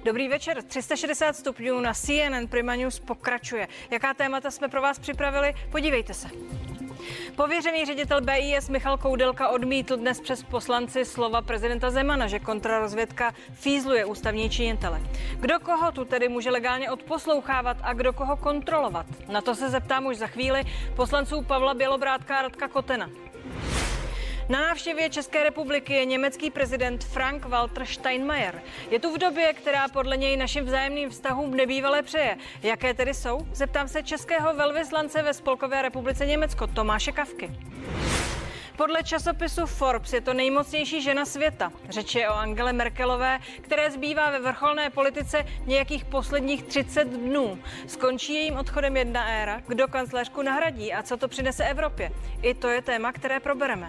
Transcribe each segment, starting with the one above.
Dobrý večer. 360 stupňů na CNN Prima News pokračuje. Jaká témata jsme pro vás připravili? Podívejte se. Pověřený ředitel BIS Michal Koudelka odmítl dnes přes poslanci slova prezidenta Zemana, že kontrarozvědka fízluje ústavní činitele. Kdo koho tu tedy může legálně odposlouchávat a kdo koho kontrolovat? Na to se zeptám už za chvíli poslanců Pavla Bělobrádka a Radka Kotena. Na návštěvě České republiky je německý prezident Frank-Walter Steinmeier. Je tu v době, která podle něj našim vzájemným vztahům nebývale přeje. Jaké tedy jsou? Zeptám se českého velvyslance ve Spolkové republice Německo Tomáše Kafky. Podle časopisu Forbes je to nejmocnější žena světa. Řeč je o Angele Merkelové, které zbývá ve vrcholné politice nějakých posledních 30 dnů. Skončí jejím odchodem jedna éra, kdo kancléřku nahradí a co to přinese Evropě. I to je téma, které probereme.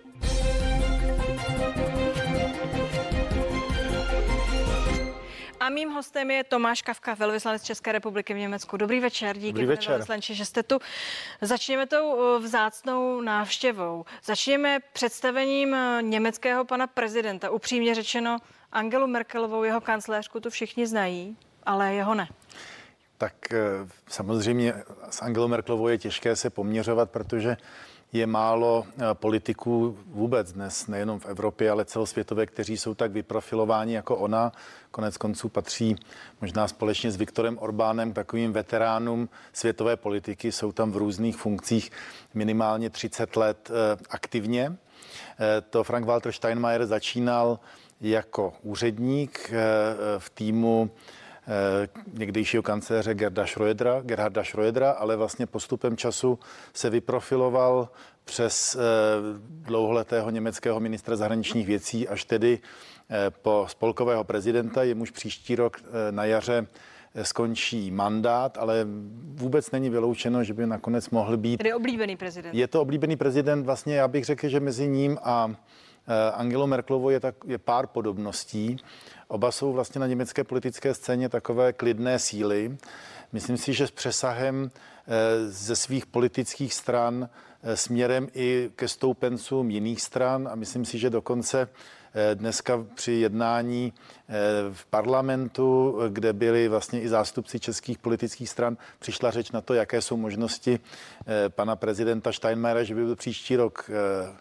A mým hostem je Tomáš Kafka, velvyslanec České republiky v Německu. Dobrý večer, díky, pane velvyslanče, že jste tu. Začněme tou vzácnou návštěvou. Začněme představením německého pana prezidenta. Upřímně řečeno, Angelu Merkelovou, jeho kancléřku, tu všichni znají, ale jeho ne. Tak samozřejmě s Angelou Merkelovou je těžké se poměřovat, protože je málo politiků vůbec dnes, nejenom v Evropě, ale celosvětové, kteří jsou tak vyprofilováni jako ona. Konec konců patří možná společně s Viktorem Orbánem k takovým veteránům světové politiky. Jsou tam v různých funkcích minimálně 30 let aktivně. To Frank-Walter Steinmeier začínal jako úředník v týmu někdejšího kancléře Gerharda Schrödera, ale vlastně postupem času se vyprofiloval přes dlouholetého německého ministra zahraničních věcí až tedy po spolkového prezidenta, jemuž příští rok na jaře skončí mandát, ale vůbec není vyloučeno, že by nakonec mohl být. Tedy oblíbený prezident. Je to oblíbený prezident, vlastně já bych řekl, že mezi ním a Angelou Merkelovou je pár podobností. Oba jsou vlastně na německé politické scéně takové klidné síly. Myslím si, že s přesahem ze svých politických stran směrem i ke stoupencům jiných stran a myslím si, že dokonce dneska při jednání v parlamentu, kde byli vlastně i zástupci českých politických stran, přišla řeč na to, jaké jsou možnosti pana prezidenta Steinmeiera, že by byl příští rok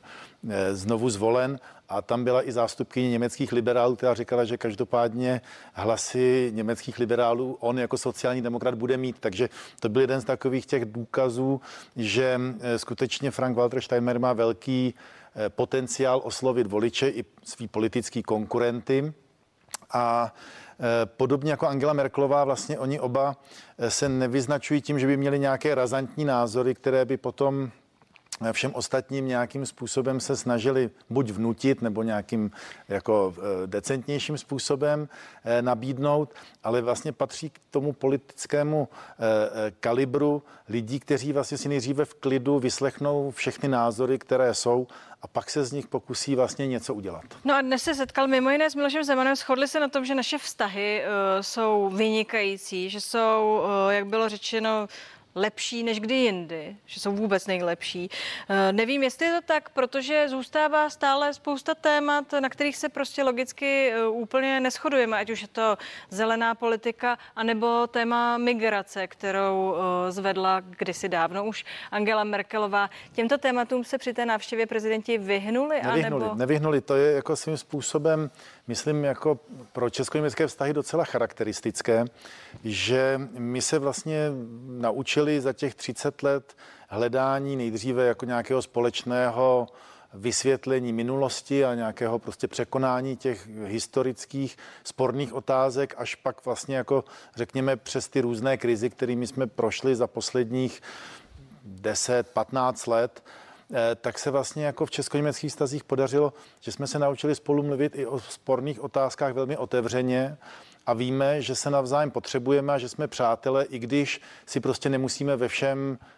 znovu zvolen a tam byla i zástupkyně německých liberálů, která říkala, že každopádně hlasy německých liberálů on jako sociální demokrat bude mít. Takže to byl jeden z takových těch důkazů, že skutečně Frank-Walter Steinmeier má velký potenciál oslovit voliče i svý politický konkurenty. A podobně jako Angela Merkelová, vlastně oni oba se nevyznačují tím, že by měli nějaké razantní názory, které by potom všem ostatním nějakým způsobem se snažili buď vnutit nebo nějakým jako decentnějším způsobem nabídnout, ale vlastně patří k tomu politickému kalibru lidí, kteří vlastně si nejdříve v klidu vyslechnou všechny názory, které jsou a pak se z nich pokusí vlastně něco udělat. No a dnes se setkal mimo jiné s Milošem Zemanem, shodli se na tom, že naše vztahy jsou vynikající, že jsou, jak bylo řečeno, lepší než kdy jindy, že jsou vůbec nejlepší. Nevím, jestli je to tak, protože zůstává stále spousta témat, na kterých se prostě logicky úplně neshodujeme, ať už je to zelená politika, anebo téma migrace, kterou zvedla kdysi dávno už Angela Merkelová. Těmto tématům se při té návštěvě prezidenti vyhnuli? Nevyhnuli. To je jako svým způsobem, myslím, jako pro česko-německé vztahy docela charakteristické, že my se vlastně naučili za těch 30 let hledání nejdříve jako nějakého společného vysvětlení minulosti a nějakého prostě překonání těch historických sporných otázek, až pak vlastně jako řekněme přes ty různé krizi, kterými jsme prošli za posledních 10-15 let, tak se vlastně jako v česko-německých vztazích podařilo, že jsme se naučili spolu mluvit i o sporných otázkách velmi otevřeně a víme, že se navzájem potřebujeme a že jsme přátelé, i když si prostě nemusíme ve všem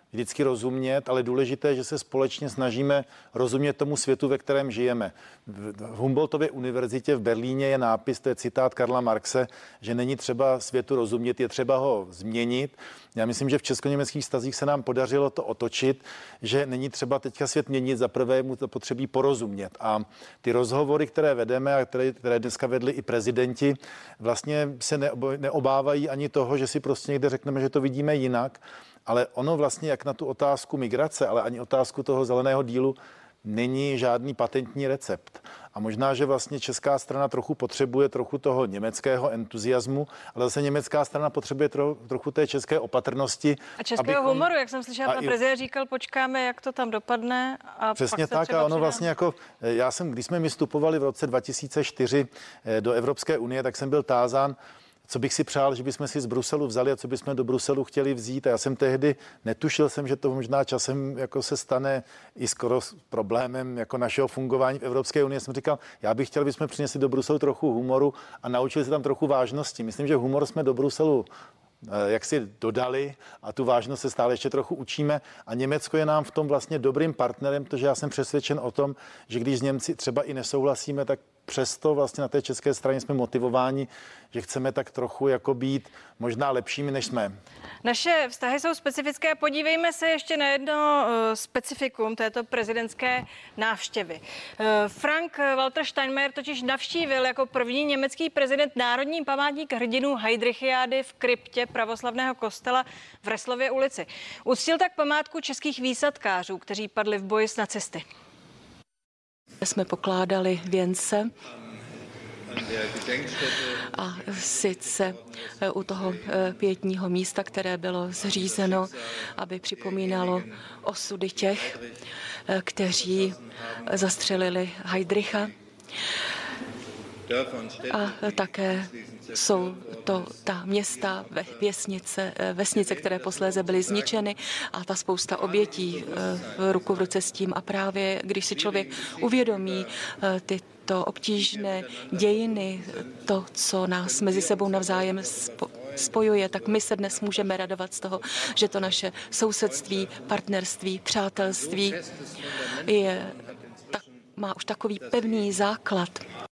vždycky rozumět, ale důležité je, že se společně snažíme rozumět tomu světu, ve kterém žijeme. V Humboldtově univerzitě v Berlíně je nápis, to je citát Karla Marxe, že není třeba světu rozumět, je třeba ho změnit. Já myslím, že v česko-německých vztazích se nám podařilo to otočit, že není třeba teďka svět měnit, za prvé mu to potřebí porozumět. A ty rozhovory, které vedeme a které dneska vedli i prezidenti, vlastně se neobávají ani toho, že si prostě někde řekneme, že to vidíme jinak, ale ono vlastně jak na tu otázku migrace, ale ani otázku toho zeleného dílu není žádný patentní recept. A možná, že vlastně česká strana trochu potřebuje trochu toho německého entuziasmu, ale zase německá strana potřebuje trochu té české opatrnosti. A českého humoru, jak jsem slyšela, pan prezident říkal, počkáme, jak to tam dopadne. A přesně tak a ono vlastně jako, když jsme my vstupovali v roce 2004 do Evropské unie, tak jsem byl tázán, co bych si přál, že bychom si z Bruselu vzali a co bychom do Bruselu chtěli vzít. A já jsem tehdy netušil že to možná časem jako se stane i skoro s problémem jako našeho fungování v Evropské unii. Jsem říkal, já bych chtěl, abychom přinesli do Bruselu trochu humoru a naučili se tam trochu vážnosti. Myslím, že humor jsme do Bruselu jak si dodali a tu vážnost se stále ještě trochu učíme a Německo je nám v tom vlastně dobrým partnerem, protože já jsem přesvědčen o tom, že když s Němci třeba i nesouhlasíme, tak přesto vlastně na té české straně jsme motivováni, že chceme tak trochu jako být možná lepšími, než jsme. Naše vztahy jsou specifické. Podívejme se ještě na jedno specifikum této prezidentské návštěvy. Frank-Walter Steinmeier totiž navštívil jako první německý prezident Národní památník hrdinů Heydrichiády v kryptě pravoslavného kostela v Reslově ulici. Uctil tak památku českých výsadkářů, kteří padli v boji s nacisty. Jsme pokládali věnce a sice u toho pietního místa, které bylo zřízeno, aby připomínalo osudy těch, kteří zastřelili Heydricha. A také jsou to ta města, vesnice, které posléze byly zničeny a ta spousta obětí ruku v ruce s tím. A právě když si člověk uvědomí tyto obtížné dějiny, to, co nás mezi sebou navzájem spojuje, tak my se dnes můžeme radovat z toho, že to naše sousedství, partnerství, přátelství má už takový pevný základ.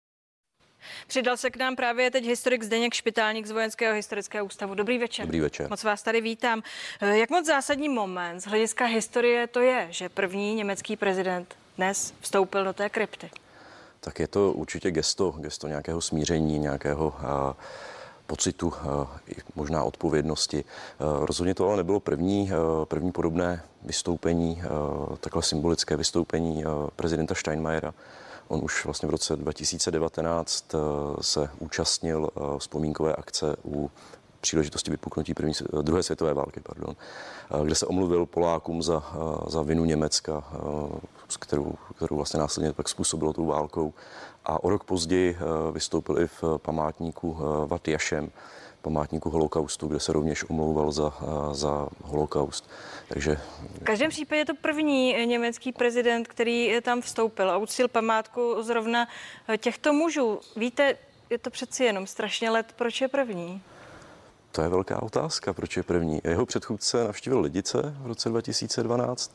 Přidal se k nám právě teď historik Zdeněk Špitálník z Vojenského historického ústavu. Dobrý večer. Dobrý večer. Moc vás tady vítám. Jak moc zásadní moment z hlediska historie to je, že první německý prezident dnes vstoupil do té krypty? Tak je to určitě gesto nějakého smíření, nějakého pocitu, možná odpovědnosti. Rozhodně to ale nebylo první podobné vystoupení, takhle symbolické vystoupení prezidenta Steinmeiera. On už vlastně v roce 2019 se účastnil vzpomínkové akce u příležitosti vypuknutí druhé světové války, kde se omluvil Polákům za vinu Německa, kterou vlastně následně pak způsobilo tou válkou. A o rok později vystoupil i v památníku Vat Jašem, památníku holokaustu, kde se rovněž omlouval za holokaust. Takže v každém případě je to první německý prezident, který tam vstoupil a uctil památku zrovna těchto mužů. Víte, je to přeci jenom strašně let, proč je první? To je velká otázka, proč je první. Jeho předchůdce navštívil Lidice v roce 2012.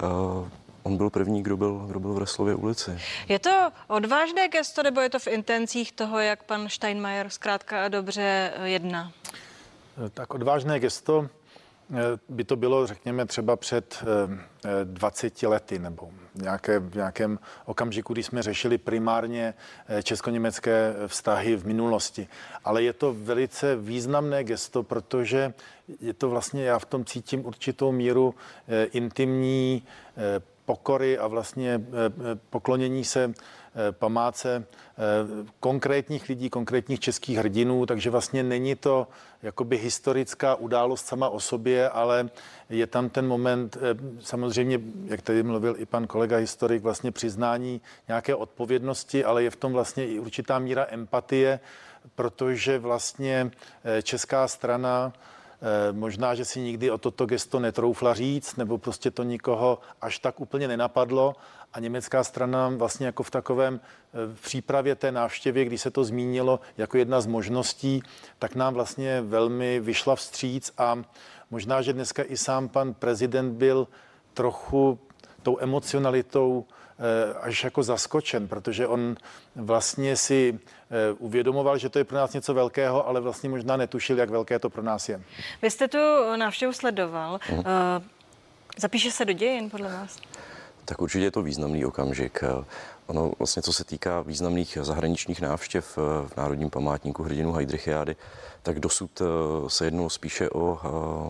On byl první, kdo byl v Reslově ulici. Je to odvážné gesto, nebo je to v intencích toho, jak pan Steinmeier zkrátka a dobře jedná? Tak odvážné gesto by to bylo, řekněme, třeba před 20 lety nebo v nějakém okamžiku, kdy jsme řešili primárně česko-německé vztahy v minulosti. Ale je to velice významné gesto, protože je to vlastně, já v tom cítím určitou míru intimní pokory a vlastně poklonění se památce konkrétních lidí, konkrétních českých hrdinů, takže vlastně není to jakoby historická událost sama o sobě, ale je tam ten moment, samozřejmě, jak tady mluvil i pan kolega historik, vlastně přiznání nějaké odpovědnosti, ale je v tom vlastně i určitá míra empatie, protože vlastně česká strana možná, že si nikdy o toto gesto netroufla říct, nebo prostě to nikoho až tak úplně nenapadlo a německá strana vlastně jako v takovém v přípravě té návštěvy, kdy se to zmínilo jako jedna z možností, tak nám vlastně velmi vyšla vstříc a možná, že dneska i sám pan prezident byl trochu tou emocionalitou až jako zaskočen, protože on vlastně si uvědomoval, že to je pro nás něco velkého, ale vlastně možná netušil, jak velké to pro nás je. Vy jste tu návštěvu sledoval. Zapíše se do dějin podle vás? Tak určitě je to významný okamžik. Ono vlastně, co se týká významných zahraničních návštěv v Národním památníku hrdinů Heydrichiády, tak dosud se jednalo spíše o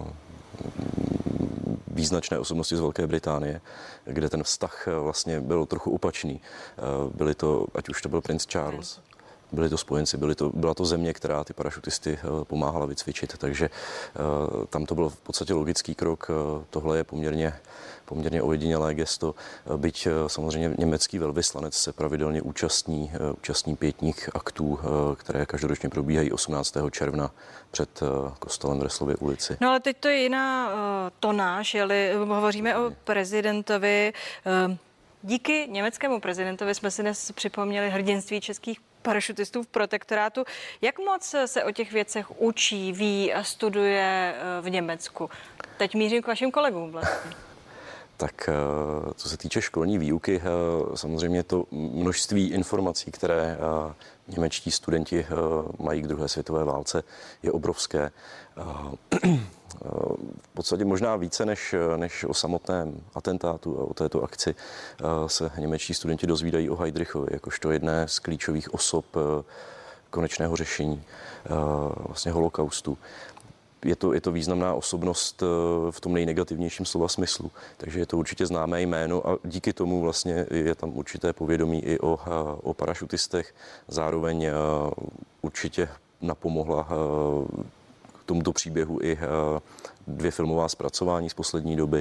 význačné osobnosti z Velké Británie, kde ten vztah vlastně byl trochu opačný. Byli to, ať už to byl princ Charles, byli to spojenci, byla to země, která ty parašutisty pomáhala vycvičit, takže tam to byl v podstatě logický krok. Tohle je poměrně ojedinělé gesto, byť samozřejmě německý velvyslanec se pravidelně účastní pietních aktů, které každoročně probíhají 18. června před kostelem v Reslově ulici. No ale teď to je jiná tonáž, jeli hovoříme o prezidentovi. Díky německému prezidentovi jsme si dnes připomněli hrdinství českých parašutistů v protektorátu. Jak moc se o těch věcech učí, ví a studuje v Německu? Teď mířím k vašim kolegům vlastně. Tak co se týče školní výuky, samozřejmě to množství informací, které němečtí studenti mají k druhé světové válce, je obrovské. V podstatě možná více než o samotném atentátu a o této akci se němečtí studenti dozvídají o Heydrichovi, jakožto jedné z klíčových osob konečného řešení vlastně holokaustu. Je to významná osobnost v tom nejnegativnějším slova smyslu, takže je to určitě známé jméno a díky tomu vlastně je tam určité povědomí i o parašutistech. Zároveň určitě napomohla k tomuto příběhu i 2 filmová zpracování z poslední doby.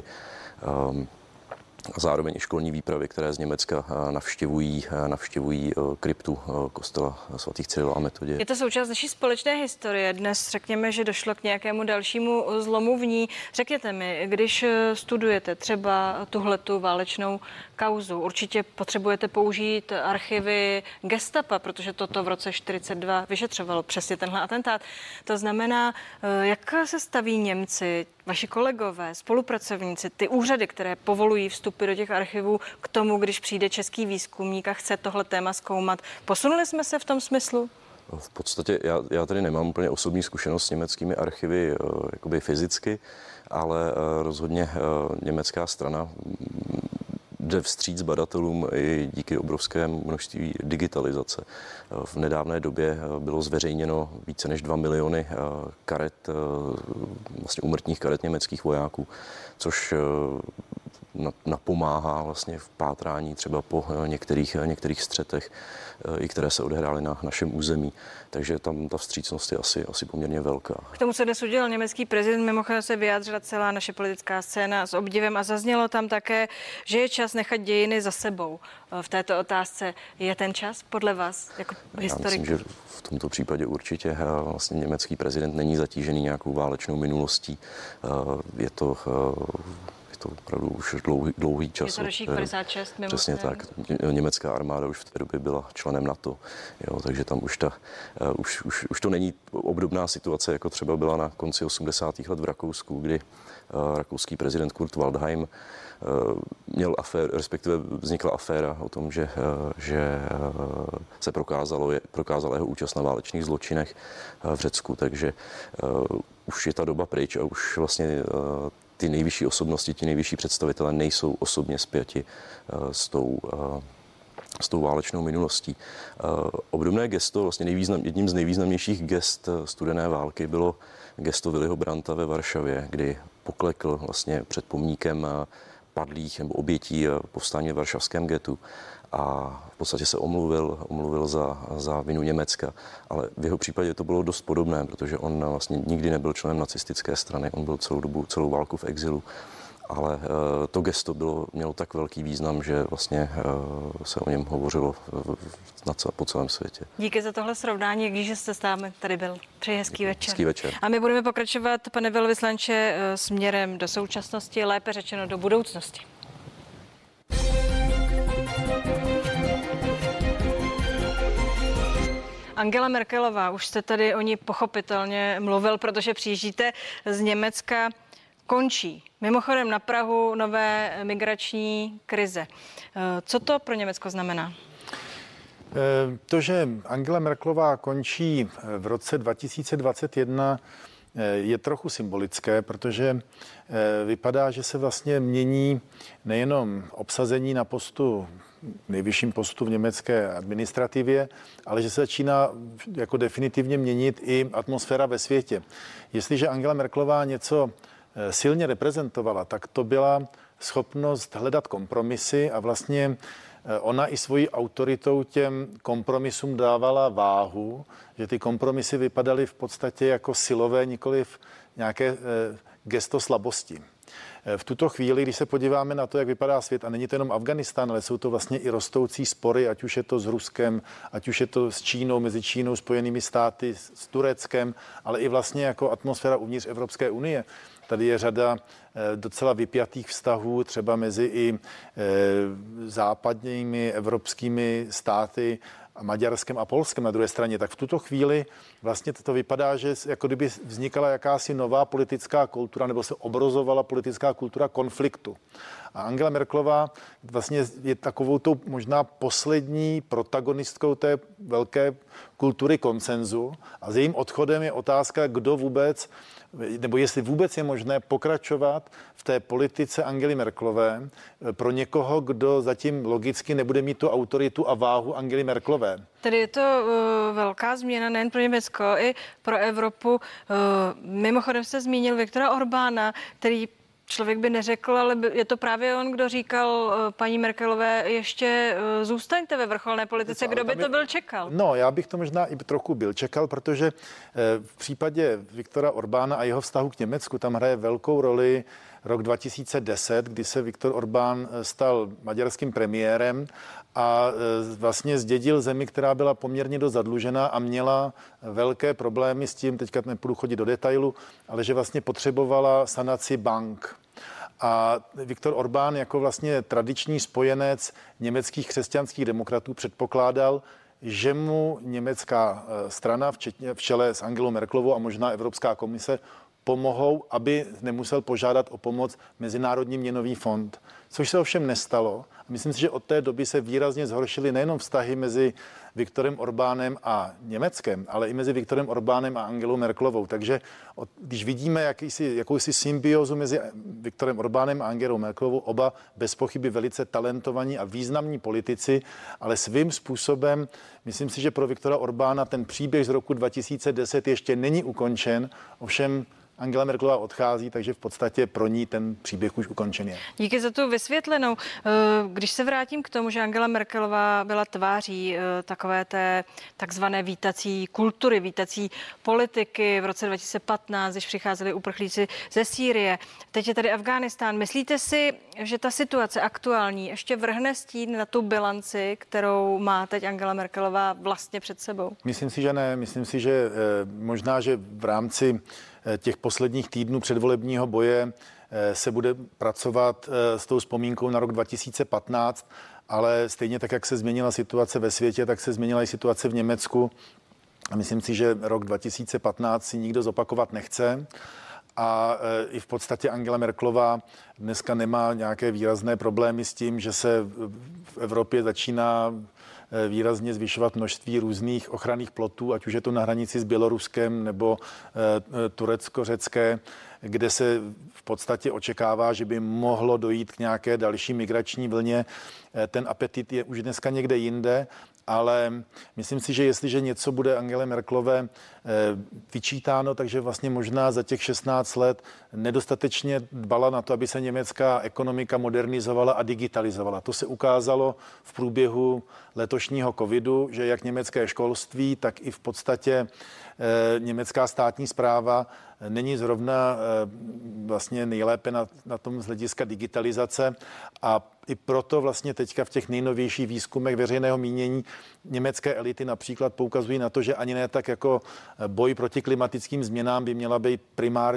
Zároveň i školní výpravy, které z Německa navštěvují kryptu kostela svatých Cyrila a Metoděje. Je to součást naší společné historie. Dnes řekněme, že došlo k nějakému dalšímu zlomu v ní. Řekněte mi, když studujete třeba tuhletu válečnou kauzu, určitě potřebujete použít archivy gestapa, protože toto v roce 1942 vyšetřovalo přesně tenhle atentát. To znamená, jak se staví Němci, vaši kolegové, spolupracovníci, ty úřady, které povolují vstupy do těch archivů k tomu, když přijde český výzkumník a chce tohle téma zkoumat. Posunuli jsme se v tom smyslu? V podstatě já tady nemám úplně osobní zkušenost s německými archivy jakoby fyzicky, ale rozhodně německá strana jde vstříc badatelům i díky obrovskému množství digitalizace. V nedávné době bylo zveřejněno více než 2 miliony karet, vlastně úmrtních karet německých vojáků, což napomáhá vlastně v pátrání třeba po některých střetech, i které se odehrály na našem území. Takže tam ta vstřícnost je asi poměrně velká. K tomu, co dnes udělal německý prezident, mimochodem se vyjádřila celá naše politická scéna s obdivem a zaznělo tam také, že je čas nechat dějiny za sebou. V této otázce je ten čas podle vás jako historik? Já myslím, že v tomto případě určitě vlastně německý prezident není zatížený nějakou válečnou minulostí. Je to opravdu už dlouhý čas. Je to ročník 56, mimochodem. Přesně tak. Německá armáda už v té době byla členem NATO, jo, takže tam už to není obdobná situace, jako třeba byla na konci 80. let v Rakousku, kdy rakouský prezident Kurt Waldheim měl respektive vznikla aféra o tom, že se prokázala jeho účast na válečných zločinech v Řecku, takže už je ta doba pryč a už vlastně ty nejvyšší osobnosti, ti nejvyšší představitelé nejsou osobně spjati s tou válečnou minulostí. Obdobné gesto, vlastně jedním z nejvýznamnějších gest studené války bylo gesto Willyho Brandta ve Varšavě, kdy poklekl vlastně před pomníkem padlých nebo obětí povstání v varšavském getu a v podstatě se omluvil za vinu Německa. Ale v jeho případě to bylo dost podobné, protože on vlastně nikdy nebyl členem nacistické strany, on byl celou válku v exilu. Ale to gesto mělo tak velký význam, že vlastně se o něm hovořilo po celém světě. Díky za tohle srovnání, když jste s námi tady byl. Přeji hezký večer. Hezký večer. A my budeme pokračovat, pane velvyslanče, směrem do současnosti, lépe řečeno do budoucnosti. Angela Merkelová, už jste tady o ní pochopitelně mluvil, protože přijíždíte z Německa. končí. Mimochodem na prahu nové migrační krize. Co to pro Německo znamená? To, že Angela Merkelová končí v roce 2021, je trochu symbolické, protože vypadá, že se vlastně mění nejenom obsazení na nejvyšším postu v německé administrativě, ale že se začíná jako definitivně měnit i atmosféra ve světě. Jestliže Angela Merkelová něco silně reprezentovala, tak to byla schopnost hledat kompromisy a vlastně ona i svojí autoritou těm kompromisům dávala váhu, že ty kompromisy vypadaly v podstatě jako silové, nikoliv nějaké gesto slabosti. V tuto chvíli, když se podíváme na to, jak vypadá svět, a není to jenom Afghánistán, ale jsou to vlastně i rostoucí spory, ať už je to s Ruskem, ať už je to s Čínou, mezi Čínou, Spojenými státy, s Tureckem, ale i vlastně jako atmosféra uvnitř Evropské unie. Tady je řada docela vypjatých vztahů třeba mezi i západními evropskými státy a Maďarskem a Polskem na druhé straně. Tak v tuto chvíli vlastně to vypadá, že jako kdyby vznikala jakási nová politická kultura nebo se obrazovala politická kultura konfliktu. A Angela Merkelová vlastně je takovou tou možná poslední protagonistkou té velké kultury konsenzu a s jejím odchodem je otázka, kdo vůbec nebo jestli vůbec je možné pokračovat v té politice Angely Merkelové pro někoho, kdo zatím logicky nebude mít tu autoritu a váhu Angely Merkelové. Tedy je to velká změna nejen pro Německo, i pro Evropu. Mimochodem jste zmínil Viktora Orbána, který člověk by neřekl, ale je to právě on, kdo říkal paní Merkelové, ještě zůstaňte ve vrcholné politice. Kdo by to byl čekal? No, já bych to možná i trochu byl čekal, protože v případě Viktora Orbána a jeho vztahu k Německu tam hraje velkou roli rok 2010, kdy se Viktor Orbán stal maďarským premiérem a vlastně zdědil zemi, která byla poměrně dost zadlužená a měla velké problémy s tím, teďka nepůjdu chodit do detailu, ale že vlastně potřebovala sanaci bank. A Viktor Orbán jako vlastně tradiční spojenec německých křesťanských demokratů předpokládal, že mu německá strana, včetně v čele s Angelou Merkelovou a možná Evropská komise, pomohou, aby nemusel požádat o pomoc Mezinárodní měnový fond. Což se ovšem nestalo. Myslím si, že od té doby se výrazně zhoršily nejenom vztahy mezi Viktorem Orbánem a Německem, ale i mezi Viktorem Orbánem a Angelou Merkelovou. Takže když vidíme jakousi symbiózu mezi Viktorem Orbánem a Angelou Merkelovou, oba bez pochyby velice talentovaní a významní politici, ale svým způsobem, myslím si, že pro Viktora Orbána ten příběh z roku 2010 ještě není ukončen, ovšem Angela Merkelová odchází, takže v podstatě pro ní ten příběh už ukončen je. Díky za tu vysvětlenou. Když se vrátím k tomu, že Angela Merkelová byla tváří takové té takzvané vítací kultury, vítací politiky v roce 2015, když přicházeli uprchlíci ze Sýrie. Teď je tady Afghánistán. Myslíte si, že ta situace aktuální ještě vrhne stín na tu bilanci, kterou má teď Angela Merkelová vlastně před sebou? Myslím si, že ne. Myslím si, že možná, že v rámci těch posledních týdnů předvolebního boje se bude pracovat s tou vzpomínkou na rok 2015, ale stejně tak, jak se změnila situace ve světě, tak se změnila i situace v Německu. A myslím si, že rok 2015 si nikdo zopakovat nechce. A i v podstatě Angela Merkelová dneska nemá nějaké výrazné problémy s tím, že se v Evropě začíná výrazně zvyšovat množství různých ochranných plotů, ať už je to na hranici s Běloruskem nebo turecko-řecké, kde se v podstatě očekává, že by mohlo dojít k nějaké další migrační vlně. Ten apetit je už dneska někde jinde, ale myslím si, že jestliže něco bude Angele Merkelové vyčítáno, takže vlastně možná za těch 16 let nedostatečně dbala na to, aby se německá ekonomika modernizovala a digitalizovala. To se ukázalo v průběhu letošního covidu, že jak německé školství, tak i v podstatě německá státní správa není zrovna vlastně nejlépe na tom z hlediska digitalizace a i proto vlastně teďka v těch nejnovějších výzkumech veřejného mínění německé elity například poukazují na to, že ani ne tak jako boj proti klimatickým změnám by měla být primární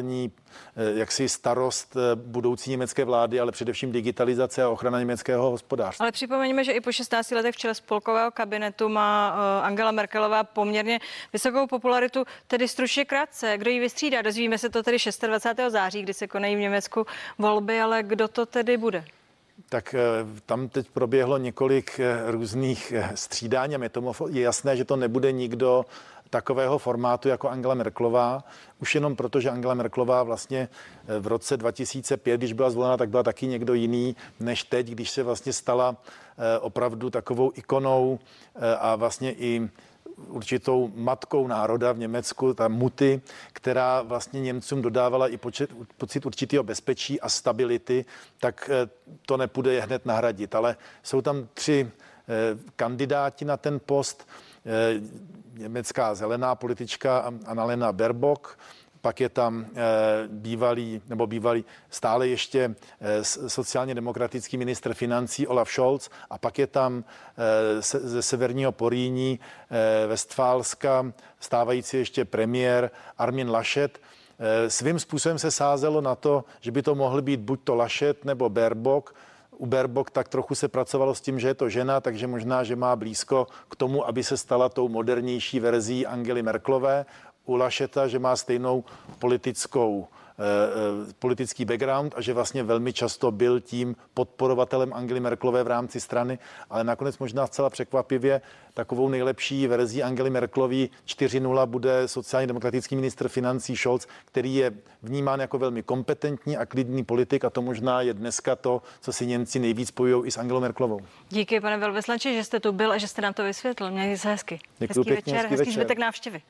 jaksi starost budoucí německé vlády, ale především digitalizace a ochrana německého hospodářství. Ale připomeňme, že i po 16 letech v čele spolkového kabinetu má Angela Merkelová poměrně vysokou popularitu. Tedy stručně krátce, kdo ji vystřídá? Dozvíme se to tedy 26. září, kdy se konají v Německu volby, ale kdo to tedy bude? Tak tam teď proběhlo několik různých střídání a je jasné, že to nebude nikdo takového formátu jako Angela Merkelová. Už jenom proto, že Angela Merkelová vlastně v roce 2005, když byla zvolena, tak byla taky někdo jiný než teď, když se vlastně stala opravdu takovou ikonou a vlastně i určitou matkou národa v Německu, ta Mutti, která vlastně Němcům dodávala i pocit určitého bezpečí a stability, tak to nepůjde hned nahradit. Ale jsou tam 3 kandidáti na ten post. Německá zelená politička Annalena Baerbock, pak je tam bývalý stále ještě sociálně demokratický ministr financí Olaf Scholz a pak je tam ze severního Porýní Westfálska stávající ještě premiér Armin Laschet. Svým způsobem se sázelo na to, že by to mohl být buď to Laschet nebo Baerbock. U Baerbock tak trochu se pracovalo s tím, že je to žena, takže možná, že má blízko k tomu, aby se stala tou modernější verzí Angely Merkelové. U Lascheta, že má stejnou politický background a že vlastně velmi často byl tím podporovatelem Angely Merkelové v rámci strany, ale nakonec možná zcela překvapivě takovou nejlepší verzí Angely Merkelové 4.0 bude sociálně demokratický ministr financí Scholz, který je vnímán jako velmi kompetentní a klidný politik a to možná je dneska to, co si Němci nejvíc spojují i s Angelou Merkelovou. Díky, pane velvyslanče, že jste tu byl a že jste nám to vysvětlil. Mějte se hezky. Děkuji pěkně, hezký zbytek návštěvy.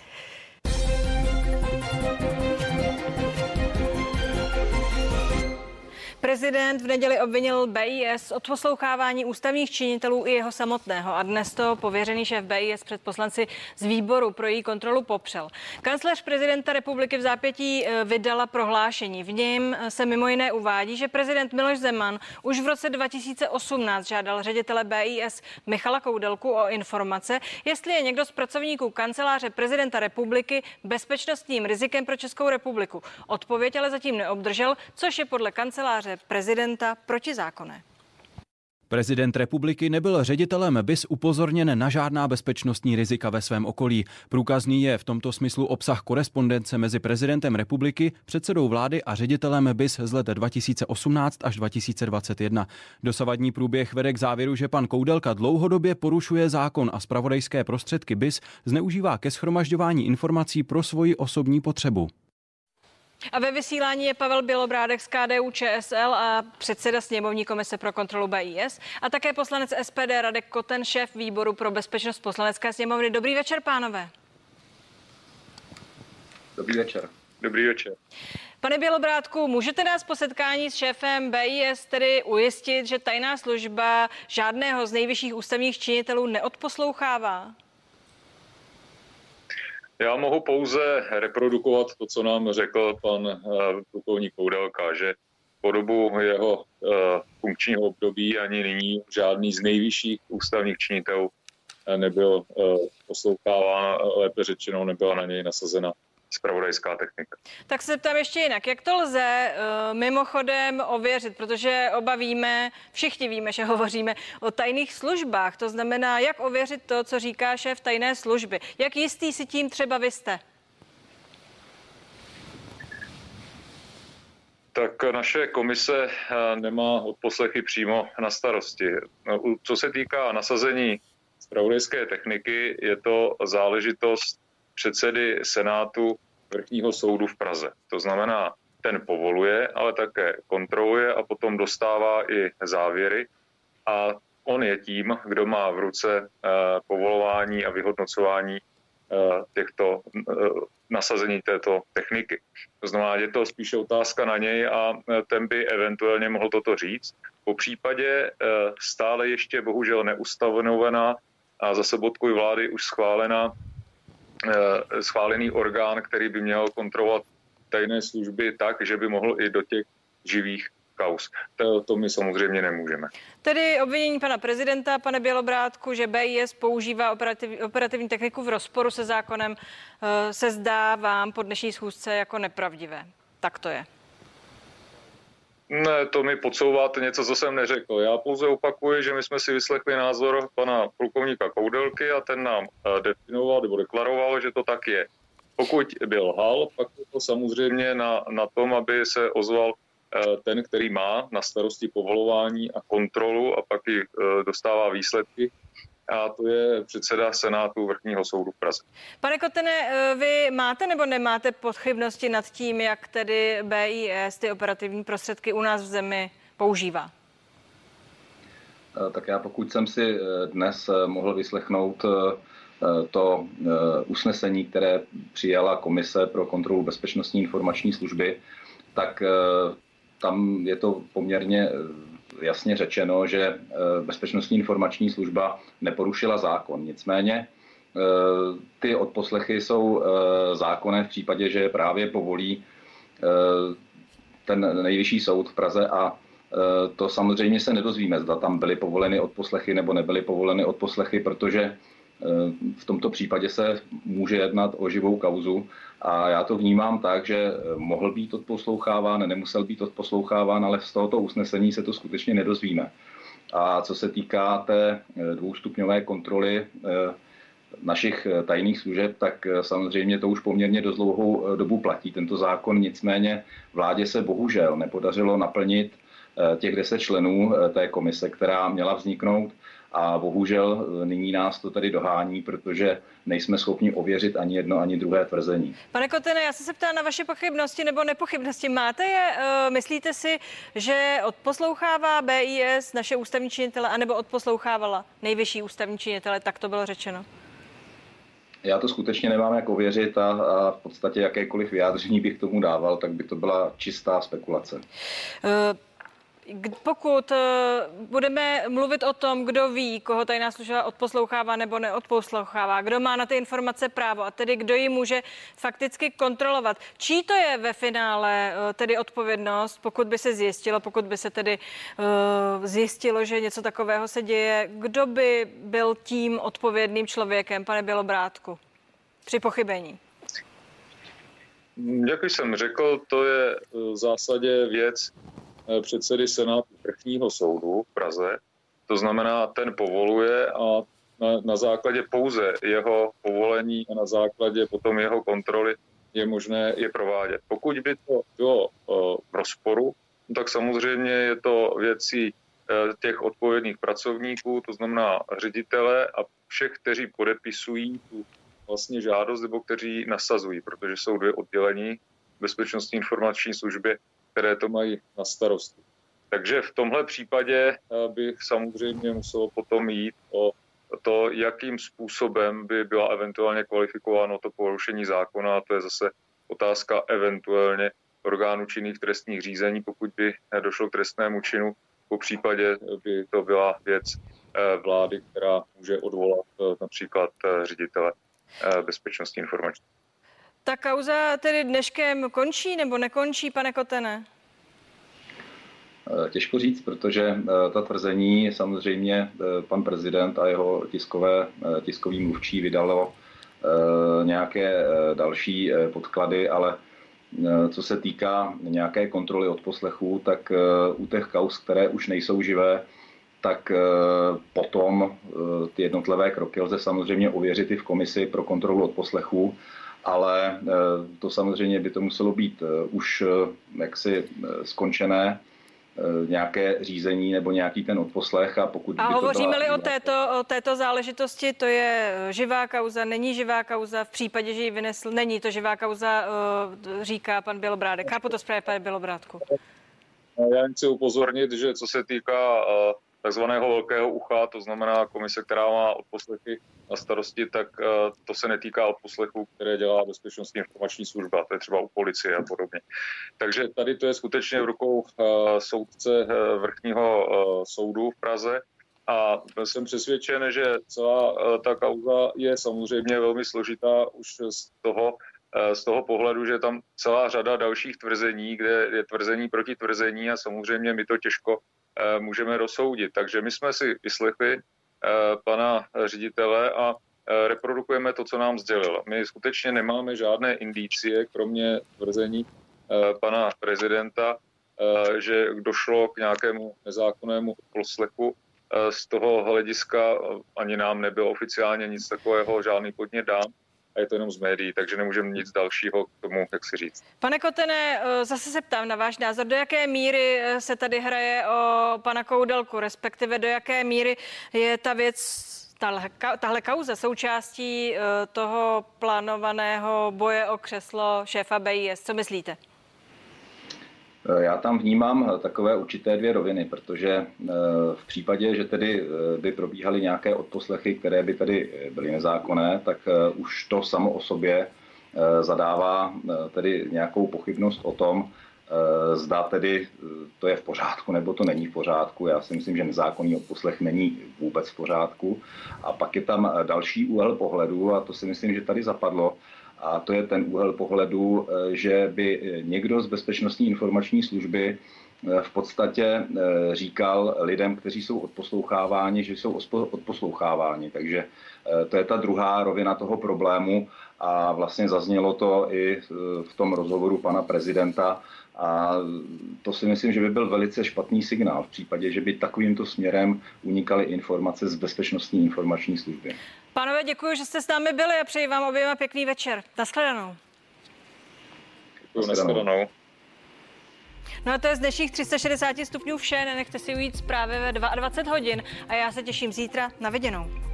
Prezident v neděli obvinil BIS z odposlouchávání ústavních činitelů i jeho samotného a dnes to pověřený šéf BIS před poslanci z výboru pro její kontrolu popřel. Kancléř prezidenta republiky v zápětí vydala prohlášení. V něm se mimo jiné uvádí, že prezident Miloš Zeman už v roce 2018 žádal ředitele BIS Michala Koudelku o informace, jestli je někdo z pracovníků kanceláře prezidenta republiky bezpečnostním rizikem pro Českou republiku. Odpověď ale zatím neobdržel, což je podle kanceláře prezidenta protizákonné. Prezident republiky nebyl ředitelem BIS upozorněn na žádná bezpečnostní rizika ve svém okolí. Průkazný je v tomto smyslu obsah korespondence mezi prezidentem republiky, předsedou vlády a ředitelem BIS z let 2018 až 2021. Dosavadní průběh vede k závěru, že pan Koudelka dlouhodobě porušuje zákon a zpravodajské prostředky BIS zneužívá ke shromažďování informací pro svoji osobní potřebu. A ve vysílání je Pavel Bělobrádek z KDU-ČSL a předseda sněmovní komise pro kontrolu BIS a také poslanec SPD Radek Koten, šéf výboru pro bezpečnost poslanecké sněmovny. Dobrý večer, pánové. Dobrý večer. Dobrý večer. Pane Bělobrádku, můžete nás po setkání s šéfem BIS tedy ujistit, že tajná služba žádného z nejvyšších ústavních činitelů neodposlouchává? Já mohu pouze reprodukovat to, co nám řekl pan plukovník Koudelka, že po dobu jeho funkčního období ani nyní žádný z nejvyšších ústavních činitelů nebyl posloucháván, lépe řečeno nebyla na něj nasazena zpravodajská technika. Tak se ptám ještě jinak. Jak to lze mimochodem ověřit? Protože všichni víme, že hovoříme o tajných službách. To znamená, jak ověřit to, co říká šéf tajné služby. Jak jistý si tím třeba vy jste? Tak naše komise nemá odposlechy přímo na starosti. Co se týká nasazení zpravodajské techniky, je to záležitost předsedy Senátu Vrchního soudu v Praze. To znamená, ten povoluje, ale také kontroluje a potom dostává i závěry. A on je tím, kdo má v ruce povolování a vyhodnocování těchto nasazení této techniky. To znamená, je to spíše otázka na něj a ten by eventuálně mohl toto říct. Po případě stále ještě bohužel neustanovená a za Sobotkovy vlády už schválený orgán, který by měl kontrolovat tajné služby tak, že by mohl i do těch živých kauz. To my samozřejmě nemůžeme. Tedy obvinění pana prezidenta, pane Bělobrádku, že BIS používá operativní techniku v rozporu se zákonem, se zdá vám po dnešní schůzce jako nepravdivé. tak to je. Ne, to mi podsouváte něco, co jsem neřekl. Já pouze opakuji, že my jsme si vyslechli názor pana plukovníka Koudelky a ten nám definoval nebo deklaroval, že to tak je. Pokud by lhal, pak je to samozřejmě na tom, aby se ozval ten, který má na starosti povolování a kontrolu a pak i dostává výsledky. A to je předseda Senátu Vrchního soudu v Praze. Pane Kotene, vy máte nebo nemáte pochybnosti nad tím, jak tedy BIS ty operativní prostředky u nás v zemi používá? Tak já pokud jsem si dnes mohl vyslechnout to usnesení, které přijala Komise pro kontrolu Bezpečnostní informační služby, tak tam je to poměrně jasně řečeno, že Bezpečnostní informační služba neporušila zákon. Nicméně ty odposlechy jsou zákonné v případě, že právě povolí ten nejvyšší soud v Praze a to samozřejmě se nedozvíme, zda tam byly povoleny odposlechy nebo nebyly povoleny odposlechy, protože v tomto případě se může jednat o živou kauzu a já to vnímám tak, že mohl být odposloucháván, nemusel být odposloucháván, ale z tohoto usnesení se to skutečně nedozvíme. A co se týká té dvoustupňové kontroly našich tajných služeb, tak samozřejmě to už poměrně dost dlouhou dobu platí tento zákon, nicméně vládě se bohužel nepodařilo naplnit těch 10 členů té komise, která měla vzniknout. A bohužel nyní nás to tady dohání, protože nejsme schopni ověřit ani jedno, ani druhé tvrzení. Pane Kotene, já se ptám na vaše pochybnosti nebo nepochybnosti. Máte je? Myslíte si, že odposlouchává BIS naše ústavní činitele, anebo odposlouchávala nejvyšší ústavní činitele? Tak to bylo řečeno. Já to skutečně nemám jak ověřit a v podstatě jakékoliv vyjádření bych tomu dával, tak by to byla čistá spekulace. Pokud budeme mluvit o tom, kdo ví, koho tajná služba odposlouchává nebo neodposlouchává, kdo má na ty informace právo a tedy kdo ji může fakticky kontrolovat. Čí to je ve finále tedy odpovědnost, pokud by se zjistilo, pokud by se tedy zjistilo, že něco takového se děje, kdo by byl tím odpovědným člověkem, pane Bělobrádku, při pochybení? Jak už jsem řekl, to je v zásadě věc předsedy Senátu Vrchního soudu v Praze. To znamená, ten povoluje a na základě pouze jeho povolení a na základě potom jeho kontroly je možné je provádět. Pokud by to bylo v rozporu, tak samozřejmě je to věcí těch odpovědných pracovníků, to znamená ředitele a všech, kteří podepisují tu vlastně žádost nebo kteří nasazují, protože jsou dvě oddělení Bezpečnostní informační služby, které to mají na starosti. Takže v tomhle případě bych samozřejmě muselo potom jít o to, jakým způsobem by byla eventuálně kvalifikováno to porušení zákona, a to je zase otázka eventuálně orgánů činných trestních řízení, pokud by došlo k trestnému činu, po případě by to byla věc vlády, která může odvolat například ředitele Bezpečnostní informační. Ta kauza tedy dneškem končí nebo nekončí, pane Kotene? Těžko říct, protože ta tvrzení samozřejmě pan prezident a jeho tiskový mluvčí vydalo nějaké další podklady, ale co se týká nějaké kontroly odposlechů, tak u těch kauz, které už nejsou živé, tak potom ty jednotlivé kroky lze samozřejmě ověřit i v komisi pro kontrolu odposlechů, ale to samozřejmě by to muselo být už jaksi skončené nějaké řízení nebo nějaký ten odposlech. A pokud a by hovoříme-li o této záležitosti, to je živá kauza, není živá kauza, v případě, že ji vynesl, není to živá kauza, říká pan Bělobrádek. Chápu to správně, pane Bělobrádku. Já jen chci upozornit, že co se týká takzvaného velkého ucha, to znamená komise, která má odposlechy na starosti, tak to se netýká odposlechů, které dělá Bezpečnostní informační služba, to je třeba u policie a podobně. Takže tady to je skutečně v rukou soudce Vrchního soudu v Praze a jsem přesvědčen, že celá ta kauza je samozřejmě velmi složitá už z toho pohledu, že je tam celá řada dalších tvrzení, kde je tvrzení proti tvrzení a samozřejmě my to těžko můžeme rozsoudit. Takže my jsme si vyslechli pana ředitele a reprodukujeme to, co nám sdělil. My skutečně nemáme žádné indicie, kromě tvrzení pana prezidenta, že došlo k nějakému nezákonnému poslechu. Z toho hlediska ani nám nebylo oficiálně nic takového, žádný podnět dán. A je to jenom z médií, takže nemůžeme nic dalšího k tomu, jak si říct. Pane Kotene, zase se ptám na váš názor. Do jaké míry se tady hraje o pana Koudelku, respektive do jaké míry je ta věc, tahle kauza součástí toho plánovaného boje o křeslo šéfa BIS? Co myslíte? Já tam vnímám takové určité dvě roviny, protože v případě, že tedy by probíhaly nějaké odposlechy, které by tady byly nezákonné, tak už to samo o sobě zadává tedy nějakou pochybnost o tom, zda tedy to je v pořádku nebo to není v pořádku. Já si myslím, že nezákonný odposlech není vůbec v pořádku. A pak je tam další úhel pohledu a to si myslím, že tady zapadlo. A to je ten úhel pohledu, že by někdo z Bezpečnostní informační služby v podstatě říkal lidem, kteří jsou odposloucháváni, že jsou odposloucháváni. Takže to je ta druhá rovina toho problému a vlastně zaznělo to i v tom rozhovoru pana prezidenta a to si myslím, že by byl velice špatný signál v případě, že by takovýmto směrem unikaly informace z Bezpečnostní informační služby. Pánové, děkuji, že jste s námi byli a přeji vám oběma pěkný večer. Nashledanou. Děkuji, nashledanou. No a to je z dnešních 360 stupňů vše. Nenechte si ujít zprávy ve 22 hodin a já se těším zítra. Na viděnou.